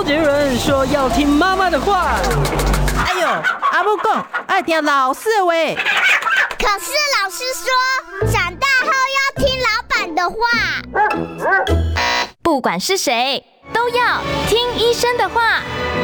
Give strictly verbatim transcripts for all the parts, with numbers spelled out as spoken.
杰伦说要听妈妈的话。 哎呦，阿母讲爱听老师的话。 可是老师说，长大后要听老板的话。 不管是谁，都要听医生的话。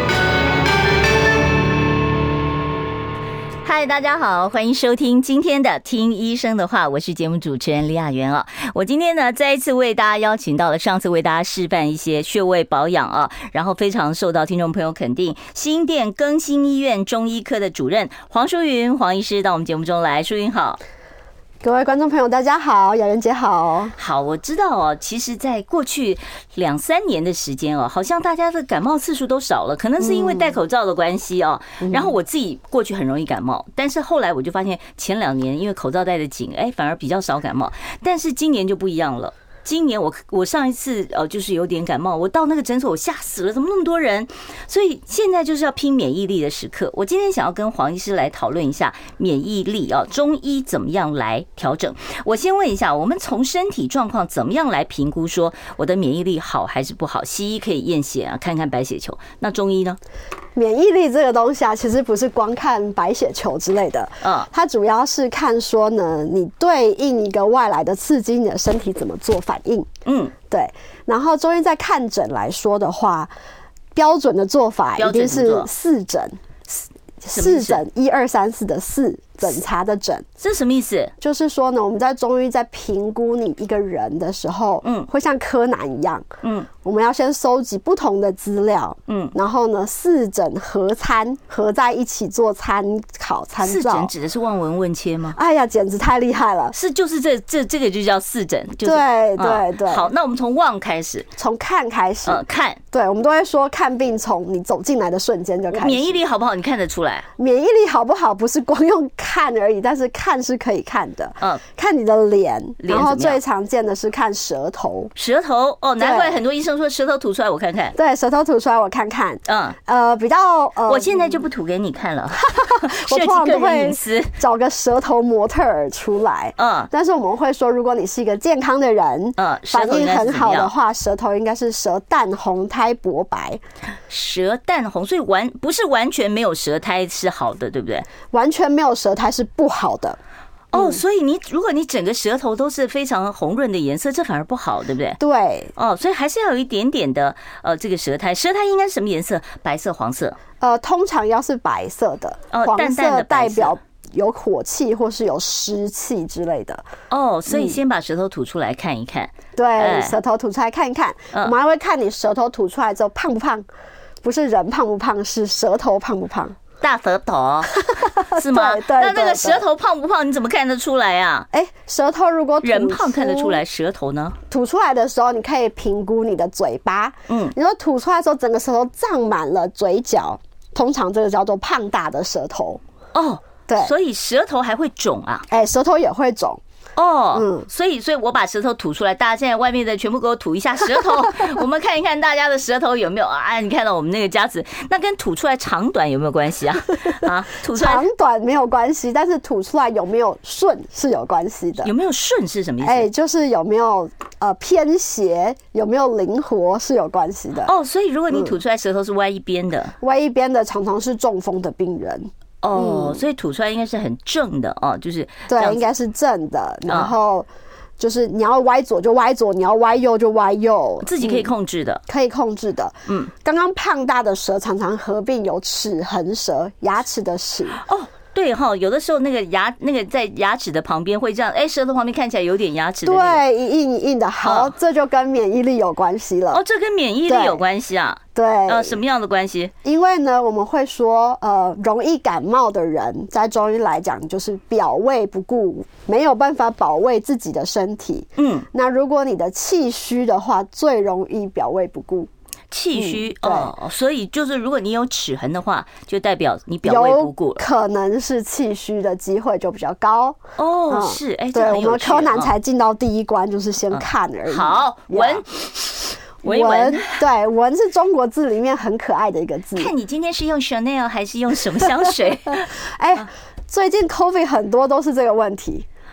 嗨，大家好，欢迎收听今天的听医生的话，我是节目主持人李雅媛啊。我今天呢再一次为大家邀请到了上次为大家示范一些穴位保养啊，然后非常受到听众朋友肯定，新店更新医院中医科的主任黄淑云黄医师到我们节目中来。淑云好。 各位观众朋友，大家好，雅媛姐好。 好，我知道哦，其实在过去两三年的时间哦，好像大家的感冒次数都少了，可能是因为戴口罩的关系哦。然后我自己过去很容易感冒，但是后来我就发现前两年因为口罩戴得紧，哎，反而比较少感冒。但是今年就不一样了。今年我我上一次呃就是有点感冒，我到那个诊所我吓死了，怎么那么多人？所以现在就是要拼免疫力的时刻。我今天想要跟黄医师来讨论一下免疫力啊，中医怎么样来调整？我先问一下，我们从身体状况怎么样来评估说我的免疫力好还是不好？西医可以验血啊，看看白血球，那中医呢？ 免疫力这个东西啊，其实不是光看白血球之类的，嗯，它主要是看说呢，你对应一个外来的刺激，你的身体怎么做反应，嗯，对。然后中医在看诊来说的话，标准的做法一定是四诊，四诊一二三四的四。诊查的诊， 这是什么意思？ 就是说呢，我们在中医在评估你一个人的时候，嗯，会像柯南一样，嗯，我们要先收集不同的资料，嗯，然后呢，四诊合参合在一起做参考参照。 四诊指的是望闻问切吗？ 哎呀，简直太厉害了！ 是，就是这这这个就叫四诊，就是对对对。 好，那我们从望开始， 从看开始， 呃，看， 对，我们都会说看病从你走进来的瞬间就开始。 免疫力好不好？你看得出来？ 免疫力好不好？不是光用看而已，但是看是可以看的，嗯，看你的脸，然后最常见的是看舌头， 舌头哦，难怪很多医生说舌头吐出来我看看， 对，舌头吐出来我看看，嗯，呃，比较呃， 我现在就不吐给你看了， 我通常都会找个舌头模特儿出来，嗯，但是我们会说，如果你是一个健康的人，嗯，反应很好的话，舌头应该是舌淡红苔薄白， 舌淡红，所以完不是完全没有舌苔是好的，对不对？ 完全没有舌苔是不好的。 哦，所以你如果你整个舌头都是非常红润的颜色，这反而不好，对不对？ 对。 哦，所以还是要有一点点的呃这个舌苔，舌苔应该是什么颜色？白色、黄色？ 呃，通常要是白色的， 哦， 黄色代表有火气或是有湿气之类的。 哦，所以先把舌头吐出来看一看。 对，舌头吐出来看一看，我们还会看你舌头吐出来之后胖不胖，不是人胖不胖，是舌头胖不胖。 大舌头是吗？ 对对。 那那个舌头胖不胖，你怎么看得出来啊？ 哎，舌头如果人胖看得出来，舌头呢？ 吐出来的时候，你可以评估你的嘴巴。嗯，你说吐出来的时候，整个舌头胀满了嘴角，通常这个叫做胖大的舌头。 哦，对，所以舌头还会肿啊？ 哎，舌头也会肿。 哦，嗯，所以，所以我把舌头吐出来，大家现在外面的全部给我吐一下舌头，我们看一看大家的舌头有没有啊？你看到我们那个夹子，那跟吐出来长短有没有关系啊？啊，吐出来长短没有关系，但是吐出来有没有顺是有关系的。 有没有顺是什么意思？ 哎，就是有没有呃偏斜，有没有灵活是有关系的。 哦，所以如果你吐出来舌头是歪一边的， 嗯、歪一边的常常是中风的病人。 哦，所以吐出来应该是很正的哦，就是对，应该是正的。然后就是你要歪左就歪左，你要歪右就歪右， 自己可以控制的， 嗯、可以控制的。嗯，刚刚胖大的舌常常合并有齿痕舌，牙齿的齿。 哦。对哈，有的时候那个牙那个在牙齿的旁边会这样，哎，舌头旁边看起来有点牙齿的、那個。 对，一硬一硬的。好，哦、这就跟免疫力有关系了。 哦，这跟免疫力有关系啊？ 对。 呃，什么样的关系？ 因为呢，我们会说，呃，容易感冒的人，在中医来讲，就是表卫不顾，没有办法保卫自己的身体。嗯。那如果你的气虚的话，最容易表卫不顾。 气虚、嗯、哦，所以就是如果你有齿痕的话，就代表你表卫不顾了， 可能是气虚的机会就比较高。 哦，嗯、是，哎、欸， 对，我们柯南才进到第一关，就是先看而已。 嗯、好，闻。 闻，对，闻是中国字里面很可爱的一个字。 看你今天是用 Chanel 还是用什么香水？ 哎、欸，最近 COVID 很多都是这个问题。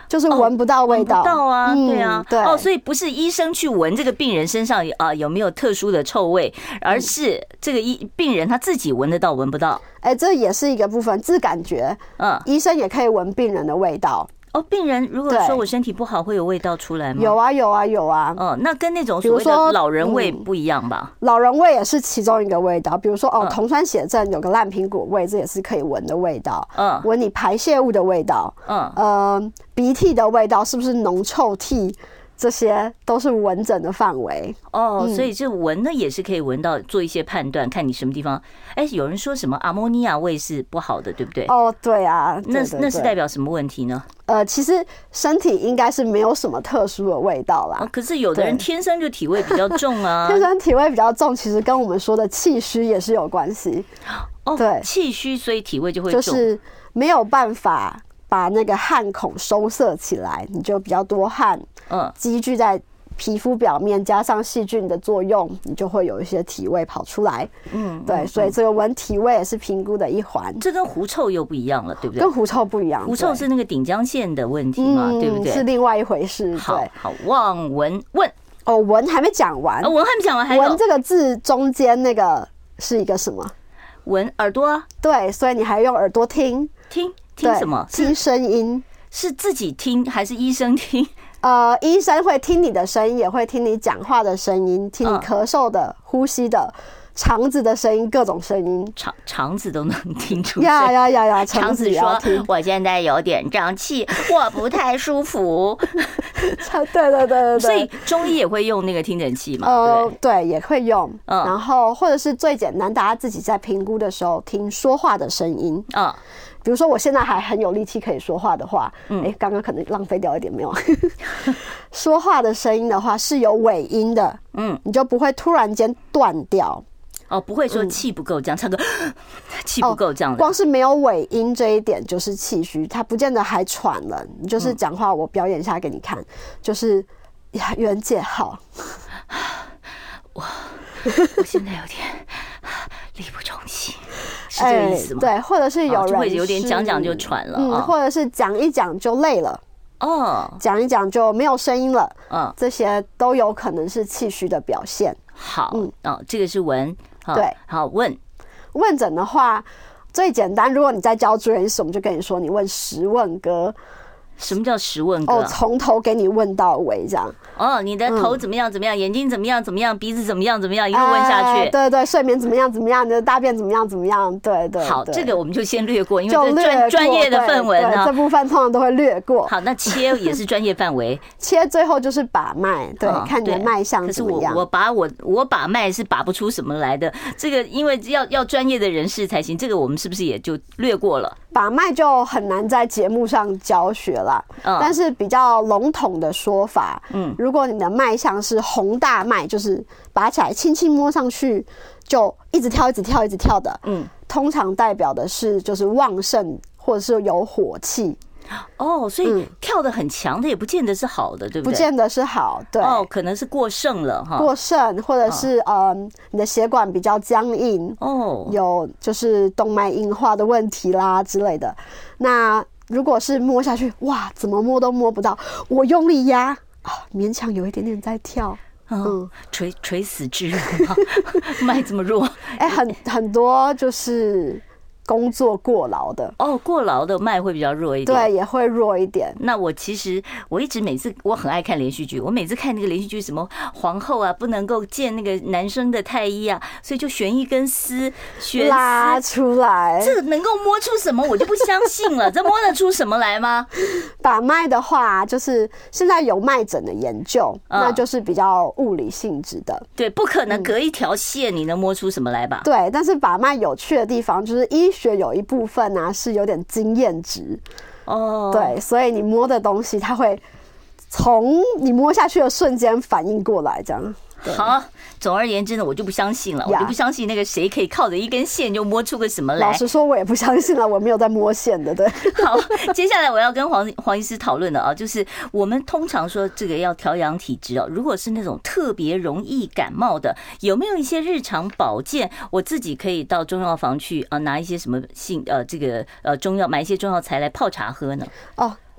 就是闻不到味道。 闻不到啊， 嗯、 对啊， 对哦，所以不是医生去闻这个病人身上啊有没有特殊的臭味，而是这个医病人他自己闻得到闻不到。 哎，这也是一个部分，自感觉。嗯，医生也可以闻病人的味道。 哦，病人如果说我身体不好，会有味道出来吗？ 有啊，有啊，有啊。 哦，那跟那种所谓的老人味不一样吧？ 老人味也是其中一个味道，比如说哦，酮酸血症有个烂苹果味，这也是可以闻的味道。嗯，闻你排泄物的味道。嗯，呃，鼻涕的味道是不是浓臭涕？这些都是闻诊的范围哦，所以这闻呢也是可以闻到，做一些判断，看你什么地方。哎，有人说什么阿莫尼亚味是不好的，对不对？ 哦，对啊， 那那是代表什么问题呢？ 呃，其实身体应该是没有什么特殊的味道啦。 哦、可是有的人天生就体味比较重啊， 天生体味比较重，其实跟我们说的气虚也是有关系。 哦，对，气虚所以体味就会重， 就是没有办法把那个汗孔收摄起来，你就比较多汗，嗯，积聚在皮肤表面，加上细菌的作用，你就会有一些体味跑出来。嗯，对，所以这个闻体味也是评估的一环。 这跟狐臭又不一样了，对不对？ 跟狐臭不一样， 狐臭是那个顶浆腺的问题嘛，对不对？ 是另外一回事。 好，好，望闻问哦，闻还没讲完， 闻还没讲完，还有闻这个字中间那个是一个什么？ 闻耳朵啊， 对，所以你还用耳朵听听。听什么？ 听声音， 是自己听还是医生听？ 呃，医生会听你的声音，也会听你讲话的声音，听你咳嗽的、嗯、呼吸的、肠子的声音，各种声音， 肠肠子都能听出。 呀呀呀呀！ 肠子说：“我现在有点胀气，我不太舒服。” 对对对对对。 所以中医也会用那个听诊器嘛？ 呃，对，也会用。嗯，然后或者是最简单，大家自己在评估的时候听说话的声音。嗯。比如说，我现在还很有力气可以说话的话，哎、嗯，刚刚可能浪费掉一点没有。说话的声音的话是有尾音的，嗯，你就不会突然间断掉。 哦，不会说气不够这样，唱歌气不够这样的。 光是没有尾音这一点就是气虚，它不见得还喘了。你就是讲话，我表演一下给你看，就是呀，袁姐好， 我我现在有点力不从心。是这个意思吗？ 对，或者是有人就会有点讲讲就喘了， 嗯，或者是讲一讲就累了，哦，讲一讲就没有声音了，嗯，这些都有可能是气虚的表现。 好，嗯，哦，这个是闻， 对， 好问问诊的话，最简单，如果你在教住院医师，我们就跟你说，你问十问歌。 什么叫十问歌？ 哦，从头给你问到尾这样。 哦，你的头怎么样？怎么样？眼睛怎么样？怎么样？鼻子怎么样？怎么样？一路问下去。 对对，睡眠怎么样？怎么样？你的大便怎么样？怎么样？对对。 好，这个我们就先略过，因为这专专业的范围呢， 这部分通常都会略过。 好，那切也是专业范围。 切最后就是把脉，对，看你的脉象怎么样。 可是我我把我我把脉是把不出什么来的，这个因为要要专业的人士才行。这个我们是不是也就略过了？ 把脉就很难在节目上教学啦，嗯，但是比较笼统的说法，嗯，如果你的脉象是洪大脉，就是拔起来轻轻摸上去就一直跳一直跳一直跳的，嗯，通常代表的是就是旺盛或者是有火气。 哦，所以跳得很强的也不见得是好的，对不对？ 不见得是好，对。 哦，可能是过盛了哈。 过盛，或者是呃，你的血管比较僵硬，哦，有就是动脉硬化的问题啦之类的。那如果是摸下去，哇，怎么摸都摸不到，我用力压啊，勉强有一点点在跳。 嗯，垂垂死之人吗？脉这么弱？ 哎、欸，很很多就是。工作过劳的哦，过劳的脉会比较弱一点， 对，也会弱一点。 那我其实我一直每次我很爱看连续剧，我每次看那个连续剧，什么皇后啊不能够见那个男生的太医啊，所以就悬一根丝，悬拉出来， 这能够摸出什么？我就不相信了，这摸得出什么来吗？ 把脉的话，就是现在有脉诊的研究，嗯、那就是比较物理性质的， 对，不可能隔一条线你能摸出什么来吧？ 嗯、对，但是把脉有趣的地方就是医学有一部分啊是有点经验值哦，对，所以你摸的东西它会从你摸下去的瞬间反应过来，这样。 好，总而言之呢，我就不相信了，我就不相信那个谁可以靠着一根线就摸出个什么来。 老实说，我也不相信了，我没有在摸线的，对。 好，接下来我要跟黄黄医师讨论的啊，就是我们通常说这个要调养体质哦，如果是那种特别容易感冒的，有没有一些日常保健，我自己可以到中药房去啊拿一些什么性呃这个呃中药买一些中药材来泡茶喝呢？ 哦。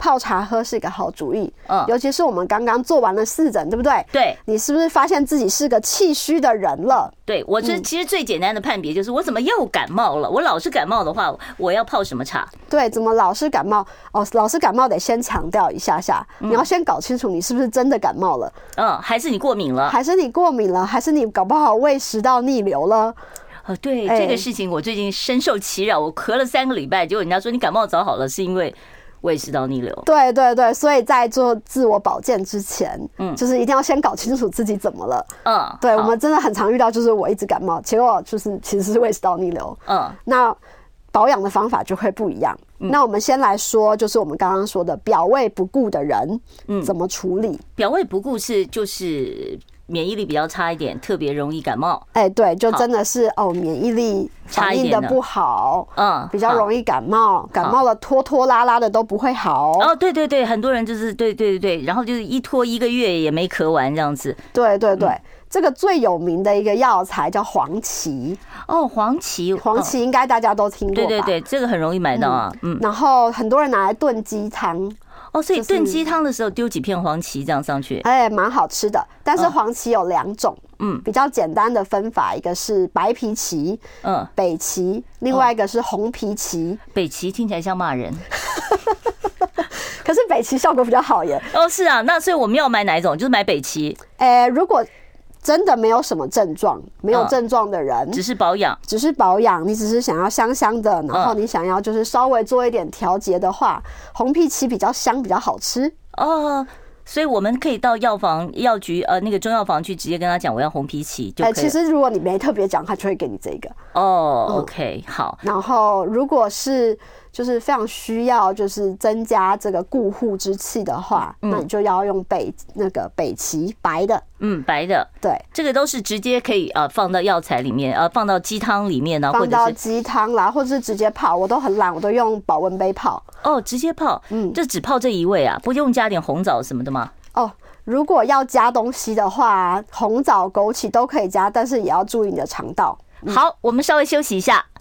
泡茶喝是一个好主意。嗯，尤其是我们刚刚做完了四诊，对不对？ 对， 你是不是发现自己是个气虚的人了？ 对，我这其实最简单的判别就是我怎么又感冒了？我老是感冒的话，我要泡什么茶？ 对，怎么老是感冒？哦，老是感冒得先强调一下下，你要先搞清楚你是不是真的感冒了。 嗯，还是你过敏了？ 还是你过敏了？还是你搞不好胃食道逆流了？ 哦，对，这个事情我最近深受其扰，我咳了三个礼拜，结果人家说你感冒早好了，是因为胃食道逆流。 对对对，所以在做自我保健之前，嗯，就是一定要先搞清楚自己怎么了。嗯，对，我们真的很常遇到，就是我一直感冒，结果就是其实是胃食道逆流。嗯，那保养的方法就会不一样。嗯、那我们先来说，就是我们刚刚说的表胃不顾的人，嗯，怎么处理？ 表胃不顾是就是免疫力比较差一点，特别容易感冒。 哎、欸，对，就真的是哦，免疫力反应的不好，嗯，比较容易感冒，感冒了拖拖拉拉的都不会好。 哦，对对对，很多人就是对对对对，然后就是一拖一个月也没咳完这样子。 对对对。嗯，这个最有名的一个药材叫黄芪哦，黄芪， 黄芪应该大家都听过吧？ 对对对，这个很容易买到啊。 嗯，然后很多人拿来炖鸡汤。 哦，所以炖鸡汤的时候丢几片黄芪这样上去， 哎，蛮好吃的。但是黄芪有两种，嗯，比较简单的分法，一个是白皮芪，嗯，北芪，另外一个是红皮芪。 北芪听起来像骂人。 可是北芪效果比较好耶。 哦，是啊，那所以我们要买哪一种？就是买北芪。 哎，如果真的没有什么症状，没有症状的人，嗯， 只是保养， 只是保养，你只是想要香香的，然后你想要就是稍微做一点调节的话，红皮芪比较香，比较好吃哦。 所以我们可以到药房、药局呃那个中药房去直接跟他讲我要红皮芪就可以了。 其实如果你没特别讲，他就会给你这个。 哦，嗯，OK， 好。 然后如果是就是非常需要就是增加这个固护之气的话，嗯，那你就要用北那个北芪白的， 嗯，白的， 对， 这个都是直接可以呃放到药材里面，呃放到鸡汤里面呢， 放到鸡汤啦，或者是直接泡，我都很懒，我都用保温杯泡。 哦，直接泡，嗯，就只泡这一味啊，不用加点红枣什么的吗？ 哦，如果要加东西的话，红枣、枸杞都可以加，但是也要注意你的肠道。 嗯，好，我们稍微休息一下。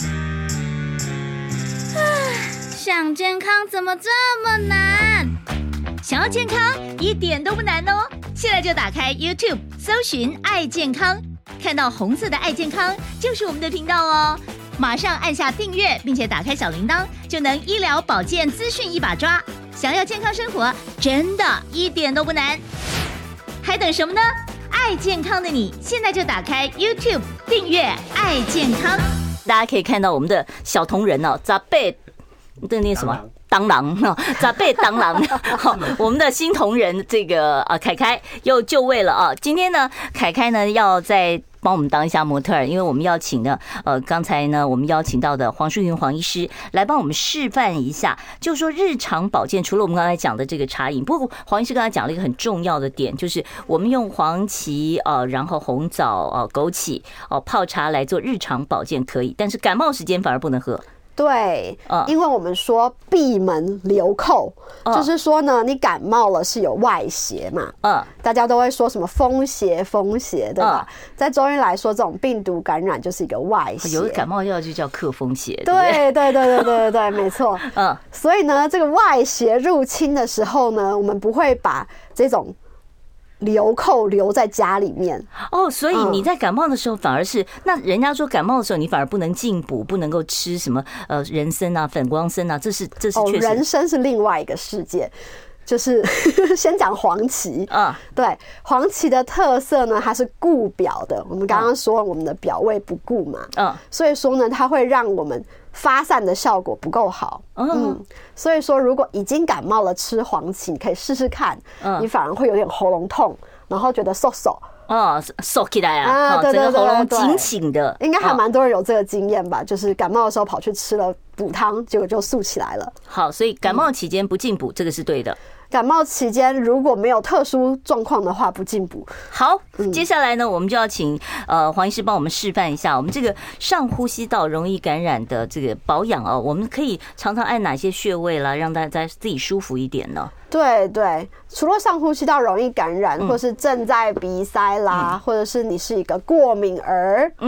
想健康怎么这么难？ 想要健康一点都不难哦！现在就打开 YouTube 搜寻“爱健康”，看到红色的“爱健康”就是我们的频道哦。马上按下订阅，并且打开小铃铛，就能医疗保健资讯一把抓。想要健康生活，真的一点都不难，还等什么呢？爱健康的你，现在就打开 YouTube 订阅“爱健康”。 大家可以看到我们的小同仁哦，咋背？这念什么？当郎哈，咋背当郎？好，我们的新同仁这个啊，凯凯又就位了啊。今天呢，凯凯呢要再帮我们当一下模特儿，因为我们邀请呢，呃，刚才呢我们邀请到的黄淑云黄医师来帮我们示范一下，就说日常保健，除了我们刚才讲的这个茶饮，不过黄医师刚才讲了一个很重要的点，就是我们用黄芪呃，然后红枣呃，枸杞哦泡茶来做日常保健可以，但是感冒时间反而不能喝。 对，因为我们说闭门留寇，就是说呢，你感冒了是有外邪嘛，嗯，大家都会说什么风邪，风邪，对吧？在中医来说，这种病毒感染就是一个外邪， 有的感冒药就叫克风邪， 对对对对对对对，没错，嗯，所以呢，这个外邪入侵的时候呢，我们不会把这种留寇留在家里面哦，所以你在感冒的时候反而是，那人家说感冒的时候你反而不能进补，不能够吃什么呃人参啊、粉光参啊，这是这是确实。 哦，人参是另外一个世界。就是先讲黄芪啊，对，黄芪的特色呢，它是固表的。我们刚刚说我们的表胃不固嘛，嗯，所以说呢，它会让我们发散的效果不够好，嗯，所以说如果已经感冒了，吃黄芪你可以试试看，你反而会有点喉咙痛，然后觉得嗖嗖。 哦，收起来啊！整个喉咙紧紧的， 应该还蛮多人有这个经验吧？就是感冒的时候跑去吃了补汤，结果就肃起来了。 好，所以感冒期间不进补，这个是对的。 感冒期间如果没有特殊状况的话，不进补。 好，接下来呢，我们就要请呃黄医师帮我们示范一下，我们这个上呼吸道容易感染的这个保养哦，我们可以常常按哪些穴位啦，让大家自己舒服一点呢？ 对对，除了上呼吸道容易感染，或是正在鼻塞啦，或者是你是一个过敏儿，嗯，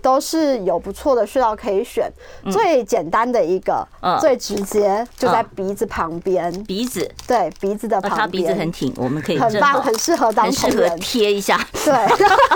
都是有不错的穴道可以选。嗯、最简单的一个，嗯、最直接就在鼻子旁边。 嗯、鼻子， 对，鼻子的旁边。 他鼻子很挺，我们可以很棒，很适合当很适合贴一下。 对，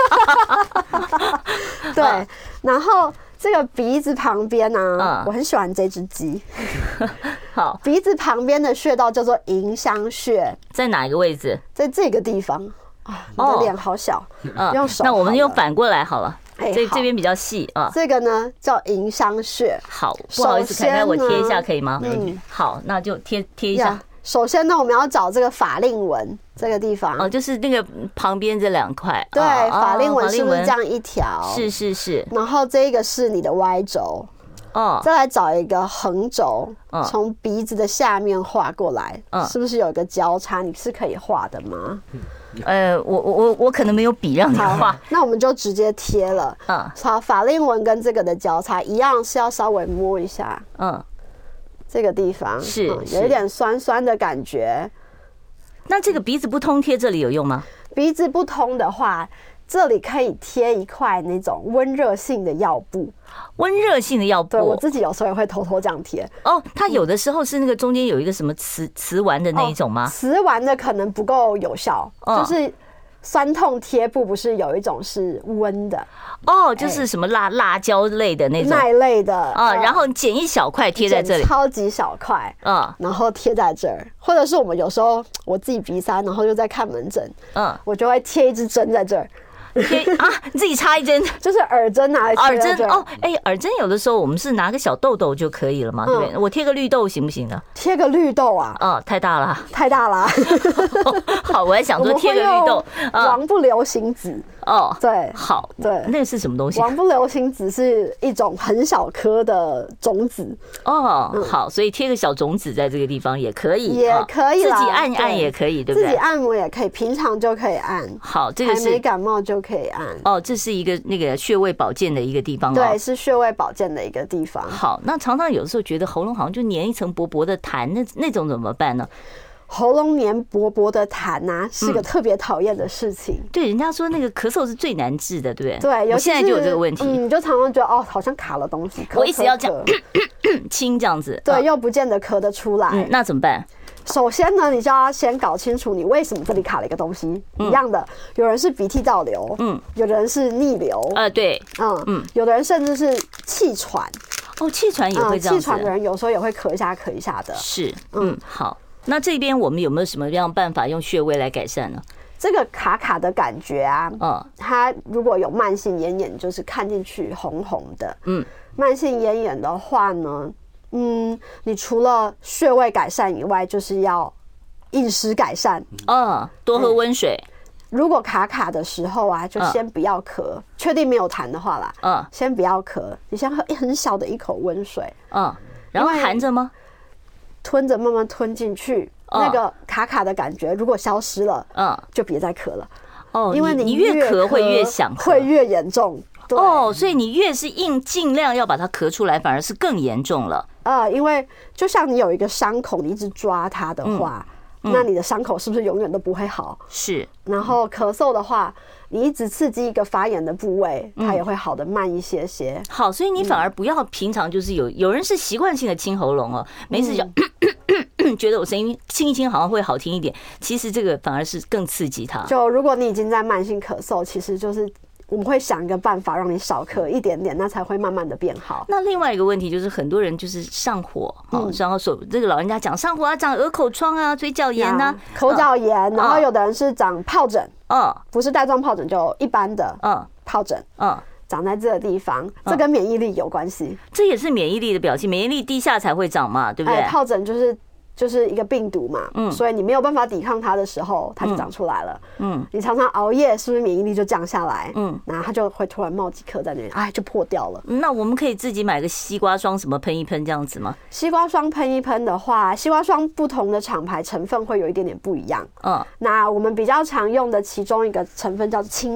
对，嗯、然后。这个鼻子旁边呢、啊，嗯、我很喜欢这只鸡。 好， 鼻子旁边的穴道叫做迎香穴， 在哪一个位置？ 在这个地方啊。你的脸好小，哦、用手。 那我们用反过来好了。 哎、 这这边比较细啊。 这个呢叫迎香穴。 好，不好意思，凯凯，我贴一下可以吗？嗯，好，那就贴贴一下。 首先呢，我们要找这个法令纹这个地方哦，就是那个旁边这两块。 对，哦、法令纹是不是这样一条？ 是是是。 然后这个是你的 Y 轴，哦，再来找一个横轴，从、哦、鼻子的下面画过来，哦、是不是有一个交叉？你是可以画的吗？ 呃，我我我可能没有笔让你画， 那我们就直接贴了。嗯，好，法令纹跟这个的交叉一样，是要稍微摸一下。嗯。这个地方是、嗯、 有一点酸酸的感觉。 那这个鼻子不通贴这里有用吗？ 鼻子不通的话，这里可以贴一块那种温热性的药布。 温热性的药布， 对我自己有时候也会偷偷这样贴。 哦，它有的时候是那个中间有一个什么磁磁丸的那一种吗？ 磁丸的可能不够有效，哦、就是。酸痛贴布不是有一种是温的哦，就是什么辣辣椒类的那种那一类的啊，然后剪一小块贴在这里， 超级小块啊，然后贴在这儿，或者是我们有时候我自己鼻塞，然后又在看门诊，嗯，我就会贴一支针在这儿。 贴啊，你自己插一针， 就是耳针拿来贴。 耳针哦，哎、欸，耳针有的时候我们是拿个小豆豆就可以了嘛，对不对？嗯、我贴个绿豆行不行呢？ 贴个绿豆啊？ 哦，太大了， 太大了。 好，我还想说贴个绿豆， 王不留行子。哦，对， 好， 对， 那个是什么东西？ 王不留行子是一种很小颗的种子。 哦，嗯、好，所以贴个小种子在这个地方也可以， 也可以啦， 自己按一按也可以，对不对？ 自己按摩也可以，平常就可以按。 好，这个是还没感冒就可以按。 哦，这是一个那个穴位保健的一个地方、哦， 对，是穴位保健的一个地方。 好，那常常有的时候觉得喉咙好像就粘一层薄薄的痰，那那种怎么办呢？ 喉咙黏薄薄的痰啊，是个特别讨厌的事情、嗯。 对，人家说那个咳嗽是最难治的，对不对？对， 我现在就有这个问题， 嗯，你就常常觉得哦，好像卡了东西， 我一直要这样清这样子， 对，又不见得咳得出来、 嗯，那怎么办？ 首先呢，你就要先搞清楚你为什么这里卡了一个东西。嗯、一样的，有人是鼻涕倒流，嗯，有的人是逆流， 呃，对， 嗯嗯，有的人甚至是气喘。 哦，气喘也会这样子。 气喘的人有时候也会咳一下咳一下的。 是，嗯，好。那这边我们有没有什么样办法用穴位来改善呢？ 这个卡卡的感觉啊，嗯，它如果有慢性咽炎，就是看进去红红的，嗯，慢性咽炎的话呢，嗯，你除了穴位改善以外，就是要饮食改善， 嗯，多喝温水。 如果卡卡的时候啊，就先不要咳，确定没有痰的话啦，嗯，先不要咳，你先喝很小的一口温水，嗯， 然后含着吗？ 吞着慢慢吞进去，哦、那个卡卡的感觉如果消失了，嗯，就别再咳了。哦，因为你越咳会越想咳， 会越严重。 哦，所以你越是硬尽量要把它咳出来，反而是更严重了。 呃，因为就像你有一个伤口，你一直抓它的话，嗯、那你的伤口是不是永远都不会好？ 是。 然后咳嗽的话，你一直刺激一个发炎的部位，它也会好的慢一些些。 好，所以你反而不要平常就是有有人是习惯性的清喉咙哦，没事就、嗯、觉得我声音清一清好像会好听一点，其实这个反而是更刺激它。 就如果你已经在慢性咳嗽，其实就是我们会想一个办法让你少咳一点点，那才会慢慢的变好。 那另外一个问题就是很多人就是上火，嗯，然后说这个老人家讲上火啊，长额口疮啊，嘴角炎啊， 口角炎，然后有的人是长疱疹。嗯，不是带状疱疹，就一般的嗯疱疹，嗯，长在这个地方，这跟免疫力有关系， 这也是免疫力的表现，免疫力低下才会长嘛，对不对？ 疱疹就是就是一个病毒嘛，嗯，所以你没有办法抵抗它的时候，它就长出来了，嗯，你常常熬夜，是不是免疫力就降下来？嗯，然后它就会突然冒几颗在那里，哎，就破掉了。 那我们可以自己买个西瓜霜，什么喷一喷这样子吗？ 西瓜霜喷一喷的话，西瓜霜不同的厂牌成分会有一点点不一样，嗯，那我们比较常用的其中一个成分叫做青黛。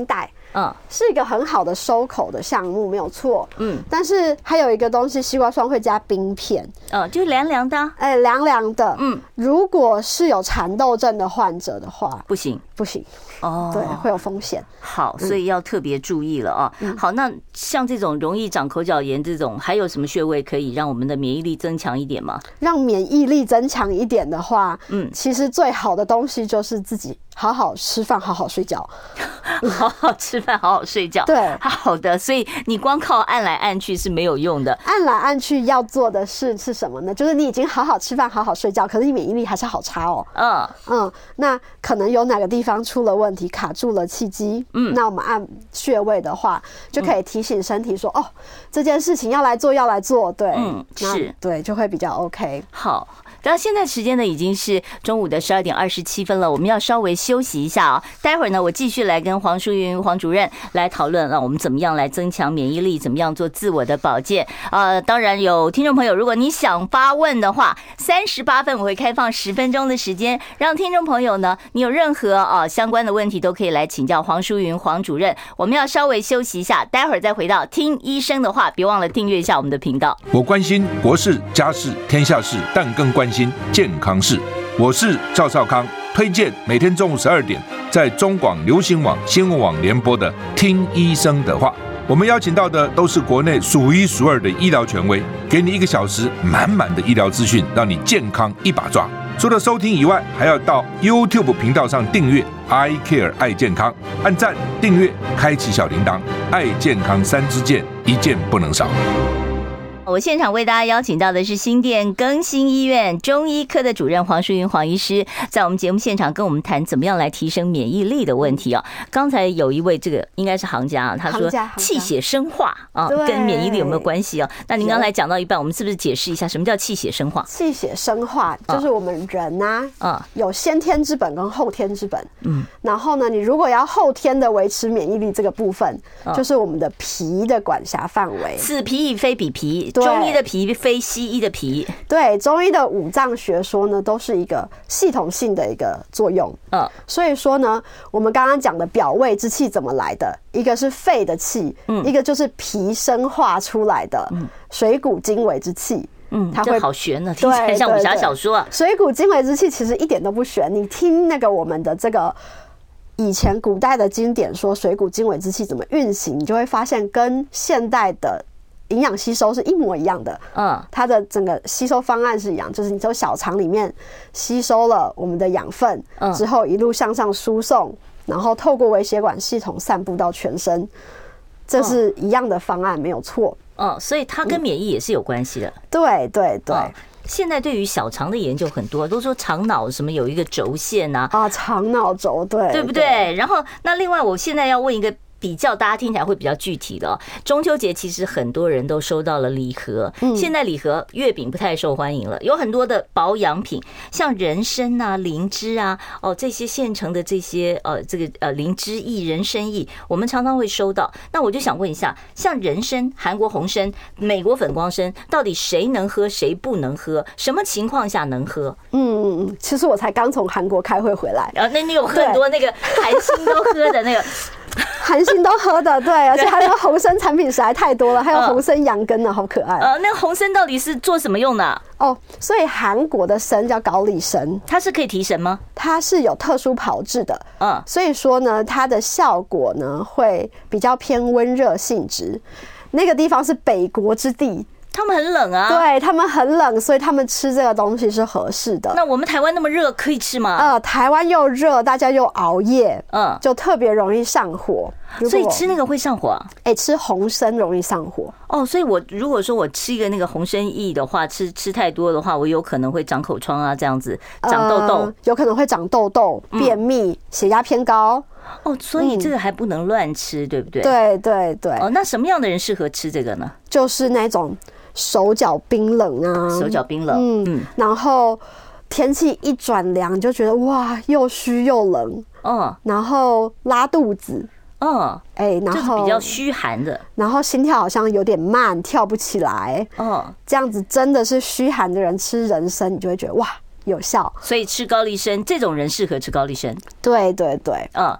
嗯，是一个很好的收口的项目，没有错。嗯，但是还有一个东西，西瓜霜会加冰片， 嗯，就凉凉的， 哎，凉凉的。嗯，如果是有蚕豆症的患者的话， 不行， 不行。 哦， 对，会有风险。 好，所以要特别注意了啊。嗯、好，那像这种容易长口角炎这种，还有什么穴位可以让我们的免疫力增强一点吗？ 让免疫力增强一点的话，嗯，其实最好的东西就是自己好好吃饭，好好睡觉。 好好吃饭，好好睡觉。 对， 好的。所以你光靠按来按去是没有用的。 按来按去要做的事是什么呢？就是你已经好好吃饭，好好睡觉，可是你免疫力还是好差哦。嗯嗯，那可能有哪个地方出了问题，卡住了气机。嗯，那我们按穴位的话，就可以提醒身体说，哦，这件事情要来做，要来做。对，嗯，是，对，就会比较 OK。 好。然后现在时间呢已经是中午的十二点二十七分了，我们要稍微休息一下啊。待会儿呢，我继续来跟黄淑云黄主任来讨论啊，我们怎么样来增强免疫力，怎么样做自我的保健。呃，当然有听众朋友，如果你想发问的话，三十八分我会开放十分钟的时间，让听众朋友呢，你有任何啊相关的问题都可以来请教黄淑云黄主任。我们要稍微休息一下，待会儿再回到听医生的话，别忘了订阅一下我们的频道。 我关心国事、家事、天下事，但更关心健康事。我是赵少康，推荐每天中午十二点在中广流行网、新闻网联播的《听医生的话》。我们邀请到的都是国内数一数二的医疗权威，给你一个小时满满的医疗资讯，让你健康一把抓。除了收听以外，还要到 YouTube 频道上订阅 I Care 爱健康，按赞、订阅、开启小铃铛，爱健康三支箭，一件不能少。 我现场为大家邀请到的是新店更新医院中医科的主任黄淑云黄医师，在我们节目现场跟我们谈怎么样来提升免疫力的问题啊。刚才有一位这个应该是行家啊，他说气血生化啊跟免疫力有没有关系啊？那您刚才讲到一半，我们是不是解释一下什么叫气血生化？ 气血生化就是我们人呐、啊，啊，有先天之本跟后天之本。嗯，然后呢，你如果要后天的维持免疫力这个部分，就是我们的脾的管辖范围。 此脾已非彼脾。中医的脾非西医的脾， 对，中医的五脏学说呢，都是一个系统性的一个作用。嗯，所以说呢，我们刚刚讲的表胃之气怎么来的？一个是肺的气，嗯，一个就是脾生化出来的水谷精微之气。 嗯，它会好玄呢，听起来像武侠小说啊。 水谷精微之气其实一点都不玄，你听那个我们的这个。以前古代的经典说水谷精微之气怎么运行，你就会发现跟现代的营养吸收是一模一样的。嗯，它的整个吸收方案是一样，就是你从小肠里面吸收了我们的养分之后，一路向上输送，然后透过微血管系统散布到全身，这是一样的方案，没有错。 嗯，所以它跟免疫也是有关系的。 对对对。 现在对于小肠的研究很多，都说肠脑什么有一个轴线啊， 啊，肠脑轴，对， 对不对？然后那另外，我现在要问一个比较，大家听起来会比较具体的、哦。中秋节其实很多人都收到了礼盒，嗯、现在礼盒月饼不太受欢迎了，有很多的保养品，像人参啊、灵芝啊，哦这些现成的这些呃这个呃灵芝液、人参液，我们常常会收到。那我就想问一下，像人参、韩国红参、美国粉光参，到底谁能喝，谁不能喝？什么情况下能喝？ 嗯，其实我才刚从韩国开会回来， 然后那你有喝很多那个韩星都喝的那个。 韩星都喝的，对，而且还有红参产品实在太多了，还有红参羊羹呢，好可爱。 呃，那个红参到底是做什么用的、啊？ 哦，所以韩国的参叫高丽参， 它是可以提神吗？ 它是有特殊炮制的，嗯，所以说呢，它的效果呢会比较偏温热性质。那个地方是北国之地。 他们很冷啊， 对他们很冷，所以他们吃这个东西是合适的。 那我们台湾那么热，可以吃吗？ 呃，台湾又热，大家又熬夜，嗯，就特别容易上火。 所以吃那个会上火啊？ 哎、欸，吃红参容易上火。 哦，所以我如果说我吃一个那个红参液的话，吃吃太多的话，我有可能会长口疮啊，这样子长痘痘、呃， 有可能会长痘痘、便秘、嗯、血压偏高。 哦，所以这个还不能乱吃，嗯、对不对？ 对对对。 哦，那什么样的人适合吃这个呢？ 就是那种手脚冰冷啊， 手脚冰冷，嗯嗯， 然后天气一转凉，就觉得哇，又虚又冷，嗯，然后拉肚子。嗯，哎，然后就是比较虚寒的， 然后心跳好像有点慢，跳不起来。嗯，这样子真的是虚寒的人吃人参，你就会觉得哇有效。 所以吃高丽参这种人适合吃高丽参。 对对对，嗯，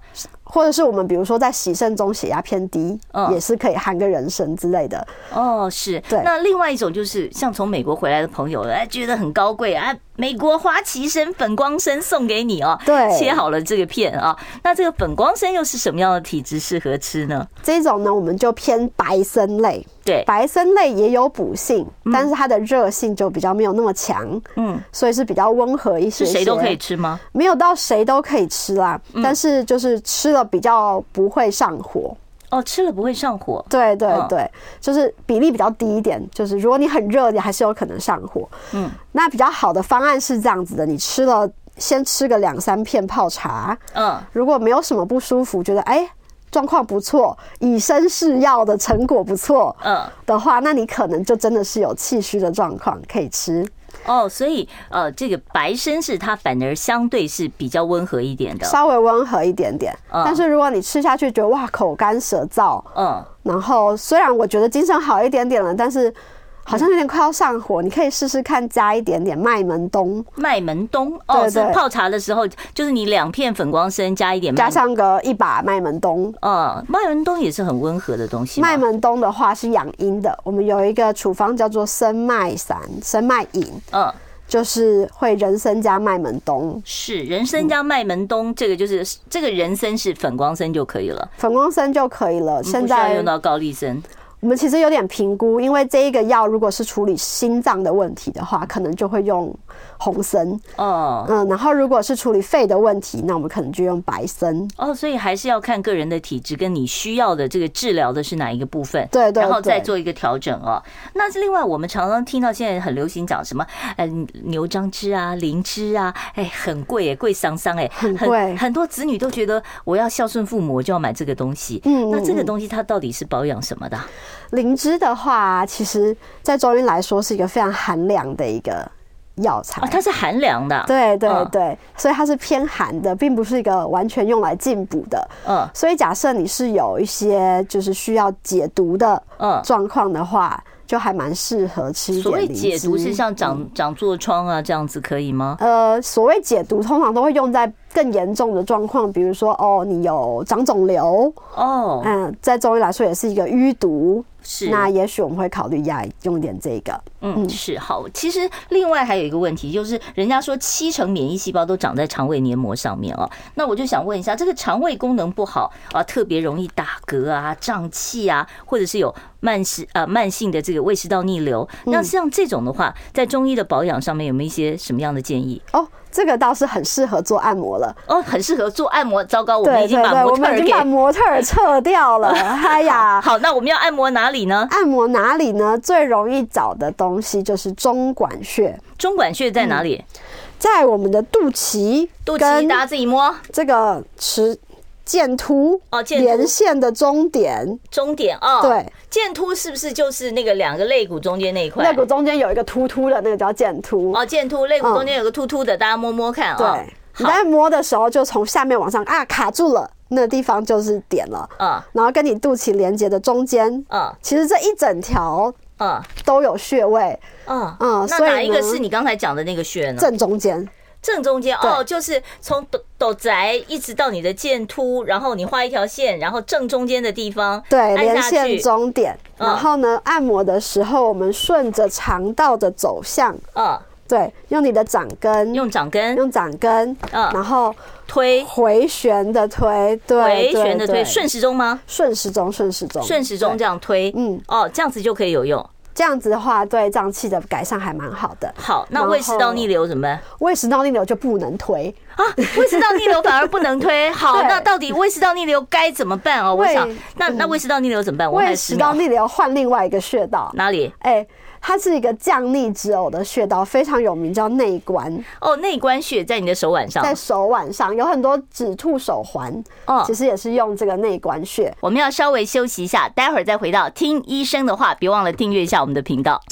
或者是我们比如说在洗肾中血压偏低，嗯、也是可以含个人参之类的。 哦，是。 对。 那另外一种就是像从美国回来的朋友，哎，觉得很高贵啊，美国花旗参、粉光参送给你哦， 对， 切好了这个片啊。那这个粉光参又是什么样的体质适合吃呢？ 这种呢，我们就偏白参类。 对， 白参类也有补性，嗯、但是它的热性就比较没有那么强，嗯，所以是比较温和一些些。 是谁都可以吃吗？ 没有到谁都可以吃啦，嗯、但是就是吃了比较不会上火。 哦，吃了不会上火。 对对对，嗯、就是比例比较低一点。就是如果你很热，你还是有可能上火。嗯，那比较好的方案是这样子的：你吃了，先吃个两三片泡茶。嗯，如果没有什么不舒服，觉得哎。状况不错，以身试药的成果不错，嗯的话，那你可能就真的是有气虚的状况可以吃。 哦，所以呃，这个白参是它反而相对是比较温和一点的， 稍微温和一点点。嗯、但是如果你吃下去觉得哇口干舌燥，嗯，然后虽然我觉得精神好一点点了，但是好像有点快要上火，你可以试试看加一点点麦门冬。 麦门冬哦，是泡茶的时候，就是你两片粉光参加一点， 加上个一把麦门冬。 嗯，麦门冬也是很温和的东西。 麦门冬的话是养阴的，我们有一个处方叫做生麦散、生麦饮。嗯。就是会人参加麦门冬， 是人参加麦门冬，这个就是这个人参是粉光参就可以了， 粉光参就可以了。现在不需要用到高丽参。 我们其实有点评估，因为这一个药如果是处理心脏的问题的话，可能就会用红参。哦，嗯，然后如果是处理肺的问题，那我们可能就用白参。 哦，所以还是要看个人的体质跟你需要的这个治疗的是哪一个部分， 对 对, 对， 然后再做一个调整哦。那另外我们常常听到现在很流行讲什么，呃，牛樟芝啊、灵芝啊，哎，很贵哎，贵桑桑哎， 很贵， 很多子女都觉得我要孝顺父母，我就要买这个东西。嗯，那这个东西它到底是保养什么的？ 灵芝的话，其实在中医来说是一个非常寒凉的一个药材。 哦，它是寒凉的。 对对对，嗯、所以它是偏寒的，并不是一个完全用来进补的。嗯，所以假设你是有一些就是需要解毒的状况的话，就还蛮适合吃一点灵芝。 所谓解毒是像长长痤疮啊这样子可以吗？ 呃，所谓解毒通常都会用在更严重的状况，比如说哦，你有长肿瘤哦，嗯，在中医来说也是一个淤毒。是，那也许我们会考虑要用一点这个。 嗯，是好。其实另外还有一个问题，就是人家说七成免疫细胞都长在肠胃黏膜上面哦。那我就想问一下，这个肠胃功能不好啊，特别容易打嗝啊、胀气啊，或者是有慢食啊慢性的这个胃食道逆流，那像这种的话，在中医的保养上面有没有一些什么样的建议？ 哦，这个倒是很适合做按摩了。 哦，很适合做按摩。糟糕，我们已经把模特儿给， 我们已经把模特儿撤掉了。哎呀， 好，那我们要按摩哪里呢？ 按摩哪里呢？最容易找的东西就是中脘穴。 中脘穴在哪里？嗯、 在我们的肚脐， 肚脐大家自己摸。 这个持剑突哦，连线的中点， 中点哦， 对， 剑突是不是就是那个两个肋骨中间那一块？ 肋骨中间有一个突突的，那个叫剑突哦，剑突，肋骨中间有个突突的，嗯、大家摸摸看啊、哦。 对，你在摸的时候就从下面往上啊，卡住了。那个地方就是点了，嗯，然后跟你肚脐连接的中间，嗯，其实这一整条，嗯，都有穴位，嗯嗯，那哪一个是你刚才讲的那个穴呢？ 正中间， 正中间哦，就是从斗斗宅一直到你的剑突，然后你画一条线，然后正中间的地方， 对，连线终点，然后呢，按摩的时候我们顺着肠道的走向，嗯。对，用你的掌根， 用掌根， 用掌根，嗯，然后推回旋的推，对， 回旋的推，顺时钟吗？ 顺时钟，顺时钟， 顺时钟这样推，嗯，哦，这样子就可以有用。 这样子的话，对胀气的改善还蛮好的。 好，那胃食道逆流怎么办？ 胃食道逆流就不能推啊，胃食道逆流反而不能推。好，那到底胃食道逆流该怎么办哦？我想，那那胃食道逆流怎么办？ 胃食道逆流换另外一个穴道， 哪里？ 哎。它是一个降逆止呕的穴道，非常有名，叫内关。 哦，内关穴在你的手腕上， 在手腕上有很多止吐手环，哦，其实也是用这个内关穴。 我们要稍微休息一下，待会儿再回到听医生的话，别忘了订阅一下我们的频道。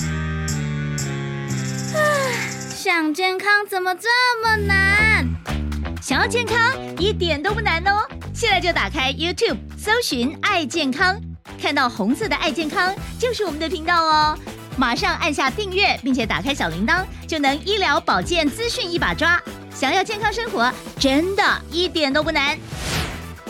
想健康怎么这么难？想要健康一点都不难哦！现在就打开 YouTube 搜寻爱健康，看到红色的爱健康就是我们的频道哦。马上按下订阅，并且打开小铃铛，就能医疗保健资讯一把抓。想要健康生活，真的一点都不难。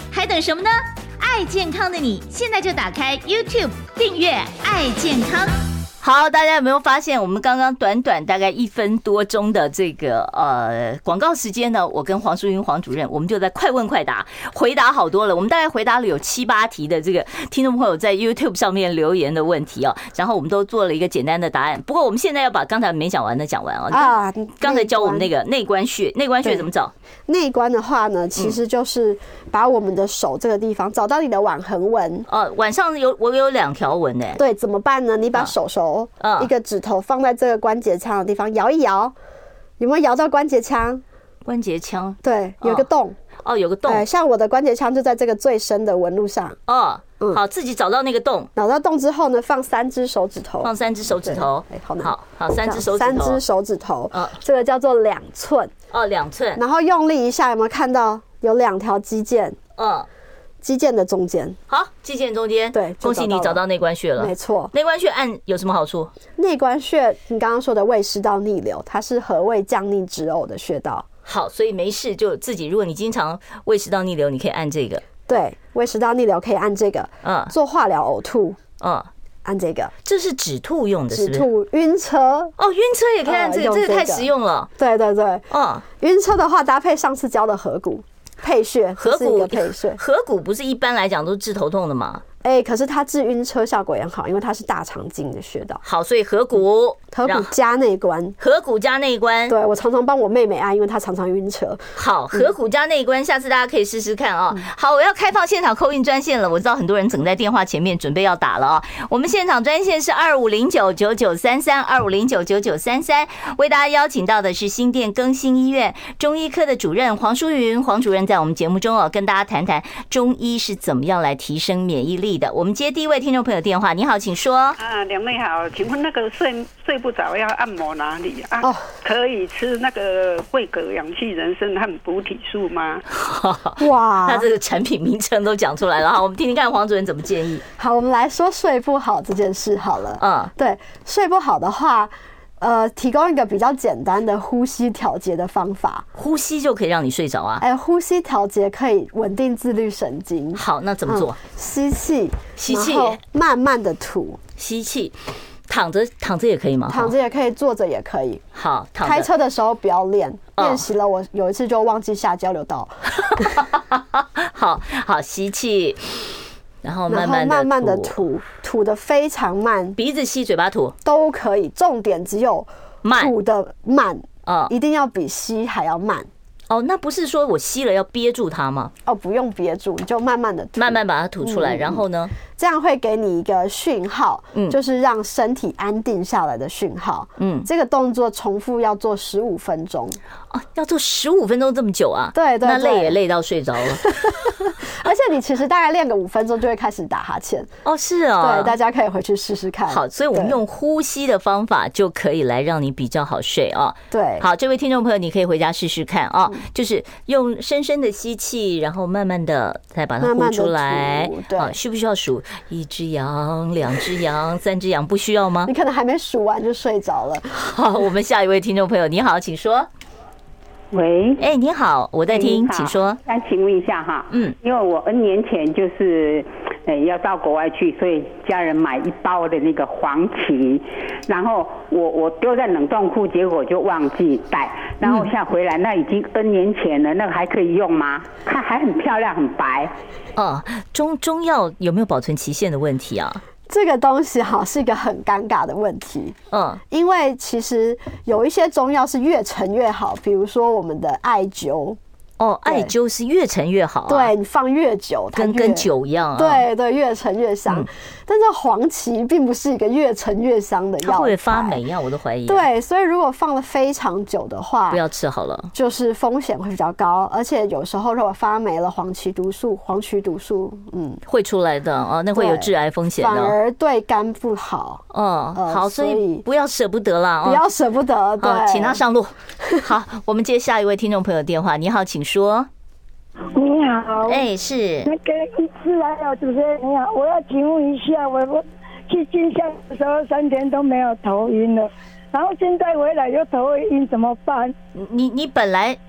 还等什么呢？爱健康的你，现在就打开 YouTube 订阅爱健康。 好，大家有没有发现，我们刚刚短短大概一分多钟的这个呃广告时间呢？我跟黄淑云黄主任，我们就在快问快答，回答好多了。我们大概回答了有七八题的这个听众朋友在 YouTube 上面留言的问题哦，然后我们都做了一个简单的答案。不过我们现在要把刚才没讲完的讲完哦。啊，刚才教我们那个内关穴，内关穴怎么找？ 内关的话呢，其实就是把我们的手这个地方找到你的腕横纹。 哦，腕上有我有两条纹呢。 对，怎么办呢？你把手手一个指头放在这个关节腔的地方，摇一摇，有没有摇到关节腔？ 关节腔， 对，有个洞。 哦，有个洞。 对，像我的关节腔就在这个最深的纹路上。 哦，嗯，好，自己找到那个洞。 找到洞之后呢，放三只手指头。 放三只手指头。 哎，好难。 好，好，三只手指头。 三只手指头。嗯，这个叫做两寸。 哦，两寸。 然后用力一下，有没有看到有两条肌腱？嗯。肌腱的中间， 好，肌腱中间， 对， 恭喜你找到内关穴了， 没错。 内关穴按有什么好处？ 内关穴，你刚刚说的胃食道逆流，它是和胃降逆止呕的穴道。 好，所以没事就自己，如果你经常胃食道逆流，你可以按这个。 对，胃食道逆流可以按这个。嗯，做化疗呕吐，嗯，按这个。 这是止吐用的，是不是？ 止吐、晕车， 哦，晕车也可以按这个，这个太实用了。 对对对，嗯，晕车的话搭配上次教的合谷。配穴， 合谷配穴， 合谷不是一般来讲都是治头痛的吗？ 哎、欸，可是它治晕车效果也好，因为它是大肠经的穴道。 好，所以合谷， 合谷加内关， 合谷加内关。 对，我常常帮我妹妹按，因为她常常晕车。 好，合谷加内关，下次大家可以试试看啊、哦。好，我要开放现场call in专线了，我知道很多人等在电话前面准备要打了啊、哦。我们现场专线是二五零九九九三三二五零九九九三三，为大家邀请到的是新店更新医院中医科的主任黄淑云黄主任，在我们节目中哦，跟大家谈谈中医是怎么样来提升免疫力的。我们接第一位听众朋友电话，你好，请说。 啊，两位好，请问那个睡睡不着要按摩哪里啊？哦，可以吃那个慧格氧气人参和补体素吗？ 哇， 他这个产品名称都讲出来了，好，我们听听看黄主任怎么建议。 好，我们来说睡不好这件事好了。嗯，对，睡不好的话。呃，提供一个比较简单的呼吸调节的方法， 呼吸就可以让你睡着啊！ 哎，呼吸调节可以稳定自律神经。 好，那怎么做？嗯、 吸气， 吸气， 慢慢的吐， 吸气。躺着躺着也可以吗？ 躺着也可以，坐着也可以。 好， 开车的时候不要练，练习了我有一次就忘记下交流道。 好好吸气。然后慢慢慢慢的吐，吐的非常慢， 鼻子吸，嘴巴吐都可以。重点只有吐的慢， 哦， 一定要比吸还要慢。 哦，那不是说我吸了要憋住它吗？ 哦，不用憋住，你就慢慢的慢慢把它吐出来，然后呢？ 这样会给你一个讯号，嗯，就是让身体安定下来的讯号。嗯，这个动作重复要做十五分钟。 哦，要做十五分钟这么久啊？ 对对， 那累也累到睡着了。 而且你其实大概练个五分钟就会开始打哈欠。 哦，是啊， 对，大家可以回去试试看。 好，所以我们用呼吸的方法就可以来让你比较好睡啊。 对， 好，这位听众朋友，你可以回家试试看啊，就是用深深的吸气，然后慢慢的再把它呼出来。 对， 啊，需不需要数一只羊、两只羊、三只羊？不需要吗？ 你可能还没数完就睡着了。 好，我们下一位听众朋友，你好，请说。 喂， 哎，你好，我在听，请说。 想请问一下哈，嗯，因为我 N 年前就是，呃，要到国外去，所以家人买一包的那个黄芪，然后我我丢在冷冻库，结果就忘记带，然后现在回来，那已经 N 年前了，那个还可以用吗？看还很漂亮，很白。 哦，中中药有没有保存期限的问题啊？ 这个东西哈是一个很尴尬的问题，嗯，因为其实有一些中药是越陈越好，比如说我们的艾灸。 哦，艾灸是越陈越好、啊， 对你放越久， 跟跟酒一样、啊， 对对，越陈越香。嗯、但是黄芪并不是一个越陈越香的药材， 它会不会发霉呀、啊？我都怀疑、啊。 对，所以如果放了非常久的话， 不要吃好了， 就是风险会比较高，而且有时候如果发霉了，黄芪毒素、黄曲毒素，嗯， 会出来的啊，那会有致癌风险的， 反而对肝不好。 嗯，呃、好，所以不要舍不得啦， 不要舍不得，对， 请他上路。好，我们接下一位听众朋友电话，你好，请说。 你好， 哎、欸，是那个一次来了，主持人你好，我要请问一下，我我去金乡的时候三天都没有头晕了，然后现在回来又头会晕，怎么办？ 你你本来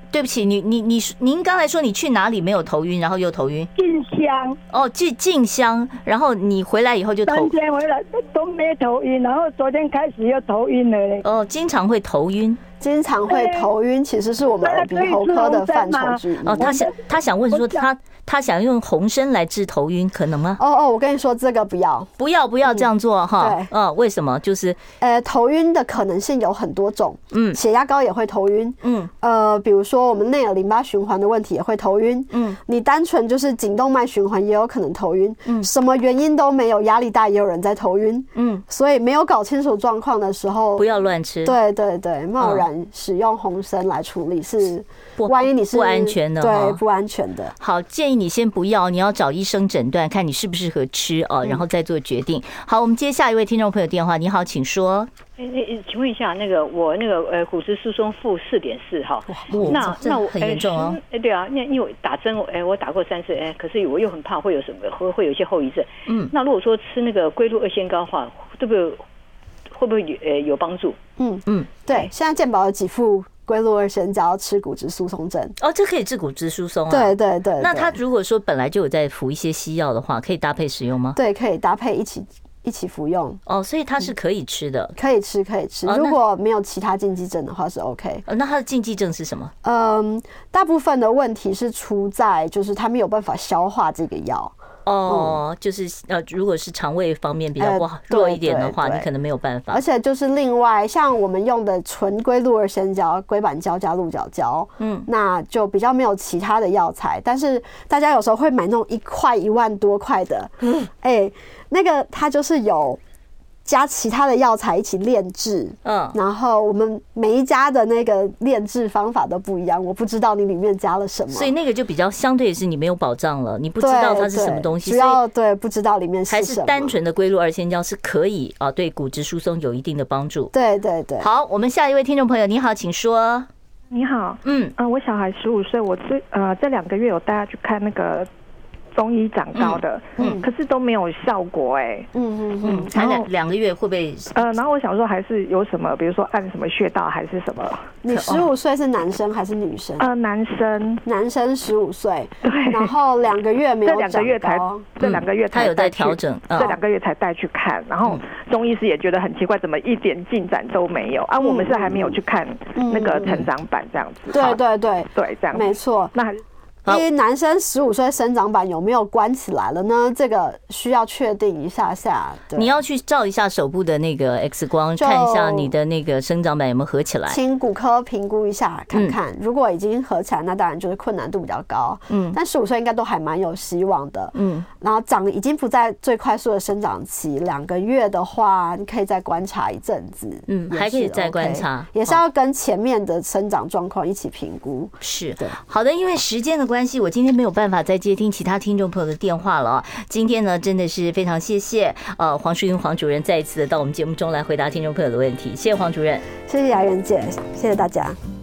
对不起，你你你您刚才说你去哪里没有头晕，然后又头晕？ 进香。 哦，进进香，然后你回来以后就头。 三天回来都没头晕，然后昨天开始又头晕了嘞。 哦，经常会头晕。 经常会头晕，其实是我们耳鼻喉科的范畴之一。 哦，他想他想问说他他想用红参来治头晕，可能吗？ 哦哦，我跟你说这个不要， 不要不要这样做哈。对，嗯，为什么？就是呃，头晕的可能性有很多种，嗯，血压高也会头晕，嗯，呃，比如说我们内耳淋巴循环的问题也会头晕，嗯，你单纯就是颈动脉循环也有可能头晕，嗯，什么原因都没有，压力大也有人在头晕，嗯，所以没有搞清楚状况的时候， 不要乱吃， 对对对，贸然使用红参来处理是，万一你是不安全的， 对，不安全的。 好，建议你先不要，你要找医生诊断，看你适不适合吃哦，然后再做决定。好，我们接下一位听众朋友电话，你好，请说。 哎、欸，请问一下，那个我那个呃骨质疏松负四点四哈，那那我很严重哦。 哎、欸，对啊，那因为打针，哎、欸，我打过三次，哎、欸，可是我又很怕会有什么，会会有一些后遗症。嗯，那如果说吃那个龟鹿二仙膏的话，对不对？会不会有呃有帮助？ 嗯嗯，对，现在健保有几副龟鹿二仙胶吃骨质疏松症。 哦，这可以治骨质疏松啊。 对对 对, 对。 那他如果说本来就有在服一些西药的话，可以搭配使用吗？ 对，可以搭配一起一起服用。 哦，所以它是可以吃的。 可以吃，可以吃。如果没有其他禁忌症的话是 OK。 呃，那它的禁忌症是什么？ 嗯，大部分的问题是出在就是他没有办法消化这个药。 哦，就是呃，如果是肠胃方面比较不好、弱一点的话，你可能没有办法。 而且就是另外，像我们用的纯龟鹿二仙胶、龟板胶加鹿角胶，嗯，那就比较没有其他的药材。但是大家有时候会买那种一块一万多块的，嗯，哎、欸，那个它就是有加其他的药材一起炼制，嗯，然后我们每一家的那个炼制方法都不一样，我不知道你里面加了什么， 所以那个就比较相对是你没有保障了，你不知道它是什么东西， 主要对不知道里面是什么， 还是单纯的龟鹿二仙胶是可以啊，对骨质疏松有一定的帮助。 对对对。 好，我们下一位听众朋友，你好，请说。 你好，嗯，呃，我小孩十五岁，我这呃这两个月有带他去看那个中医长高的，嗯，可是都没有效果哎、欸， 嗯嗯嗯，才两两个月会不会？ 呃，然后我想说还是有什么，比如说按什么穴道还是什么？ 你十五岁是男生还是女生？ 呃，男生， 男生十五岁，对，然后两个月没有长高， 这两个月才，这两个月才他有在调整， 这两个月才带去看，然后中医师也觉得很奇怪，怎么一点进展都没有啊？我们是还没有去看那个成长版这样子， 对对对对，这样没错， 那还是。 因为男生十五岁生长板有没有关起来了呢？这个需要确定一下下。 你要去照一下手部的那个 X 光，看一下你的那个生长板有没有合起来。 请骨科评估一下，看看。嗯、如果已经合起来，那当然就是困难度比较高。嗯，但十五岁应该都还蛮有希望的。嗯，然后长已经不在最快速的生长期，两个月的话，你可以再观察一阵子。 嗯，还可以再观察， 也是要跟前面的生长状况一起评估。 是，好的，因为时间的关系，我今天没有办法再接听其他听众朋友的电话了。今天呢，真的是非常谢谢呃黄淑云黄主任再一次的到我们节目中来回答听众朋友的问题，谢谢黄主任， 谢谢雅媛姐，谢谢大家。